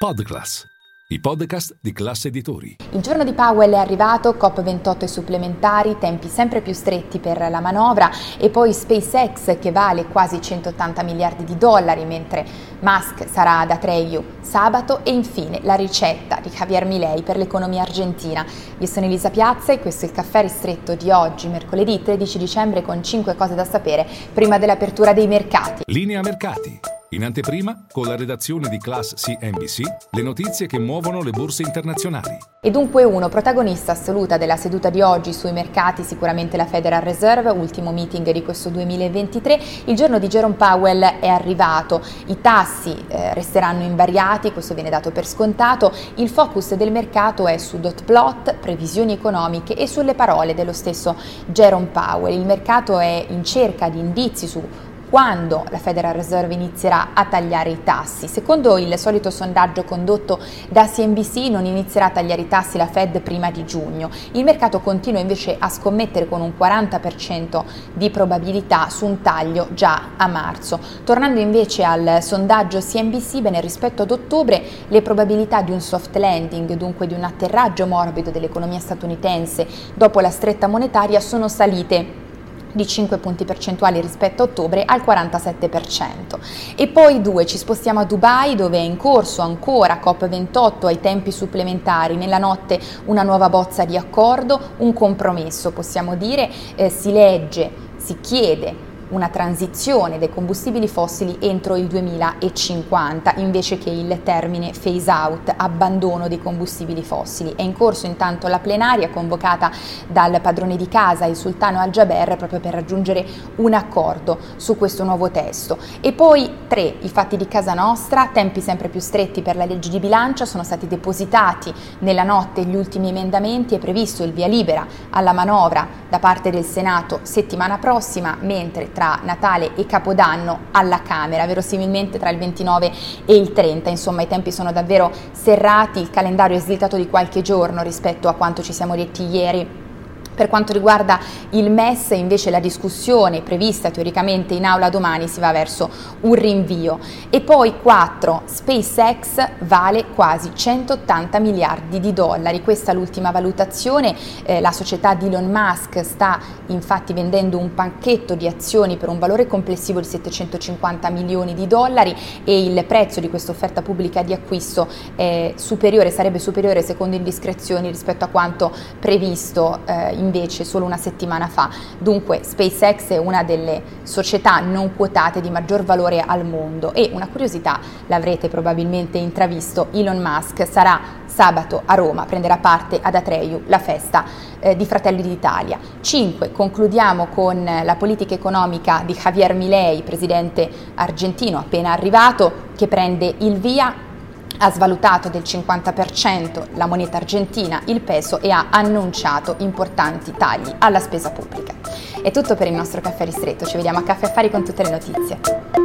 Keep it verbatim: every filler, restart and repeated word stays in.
Podclass, i podcast di Class Editori. Il giorno di Powell è arrivato, COP ventotto e supplementari, tempi sempre più stretti per la manovra e poi SpaceX che vale quasi centottanta miliardi di dollari mentre Musk sarà ad Atreyu sabato e infine la ricetta di Javier Milei per l'economia argentina. Io sono Elisa Piazza e questo è il caffè ristretto di oggi, mercoledì tredici dicembre, con cinque cose da sapere prima dell'apertura dei mercati. Linea mercati. In anteprima, con la redazione di Class C N B C, le notizie che muovono le borse internazionali. E dunque uno, protagonista assoluta della seduta di oggi sui mercati, sicuramente la Federal Reserve, ultimo meeting di questo duemilaventitré. Il giorno di Jerome Powell è arrivato, i tassi eh, resteranno invariati, questo viene dato per scontato. Il focus del mercato è su dot plot, previsioni economiche e sulle parole dello stesso Jerome Powell. Il mercato è in cerca di indizi su quando la Federal Reserve inizierà a tagliare i tassi. Secondo il solito sondaggio condotto da C N B C non inizierà a tagliare i tassi la Fed prima di giugno. Il mercato continua invece a scommettere con un quaranta per cento di probabilità su un taglio già a marzo. Tornando invece al sondaggio C N B C, bene, rispetto ad ottobre le probabilità di un soft landing, dunque di un atterraggio morbido dell'economia statunitense dopo la stretta monetaria, sono salite di cinque punti percentuali rispetto a ottobre al quarantasette per cento. E poi due, ci spostiamo a Dubai dove è in corso ancora COP ventotto ai tempi supplementari. Nella notte una nuova bozza di accordo, un compromesso possiamo dire, eh, si legge, si chiede una transizione dai combustibili fossili entro il duemilacinquanta invece che il termine phase out, abbandono dei combustibili fossili. È in corso intanto la plenaria convocata dal padrone di casa, il sultano Al Jaber, proprio per raggiungere un accordo su questo nuovo testo. E poi tre, i fatti di casa nostra, tempi sempre più stretti per la legge di bilancio, sono stati depositati nella notte gli ultimi emendamenti, è previsto il via libera alla manovra da parte del Senato settimana prossima, mentre tra tra Natale e Capodanno alla Camera, verosimilmente tra il ventinove e il trenta. Insomma, i tempi sono davvero serrati, il calendario è slittato di qualche giorno rispetto a quanto ci siamo detti ieri. Per quanto riguarda il M E S, invece, la discussione prevista teoricamente in aula domani si va verso un rinvio. E poi quattro, SpaceX vale quasi centottanta miliardi di dollari, questa è l'ultima valutazione. Eh, la società di Elon Musk sta infatti vendendo un pacchetto di azioni per un valore complessivo di settecentocinquanta milioni di dollari e il prezzo di questa offerta pubblica di acquisto è superiore, sarebbe superiore secondo indiscrezioni rispetto a quanto previsto eh, invece solo una settimana fa. Dunque SpaceX è una delle società non quotate di maggior valore al mondo. E una curiosità, l'avrete probabilmente intravisto, Elon Musk sarà sabato a Roma, prenderà parte ad Atreyu, la festa eh, di Fratelli d'Italia. cinque. Concludiamo con la politica economica di Javier Milei, presidente argentino appena arrivato, che prende il via. Ha svalutato del cinquanta per cento la moneta argentina, il peso, e ha annunciato importanti tagli alla spesa pubblica. È tutto per il nostro caffè ristretto, ci vediamo a Caffè Affari con tutte le notizie.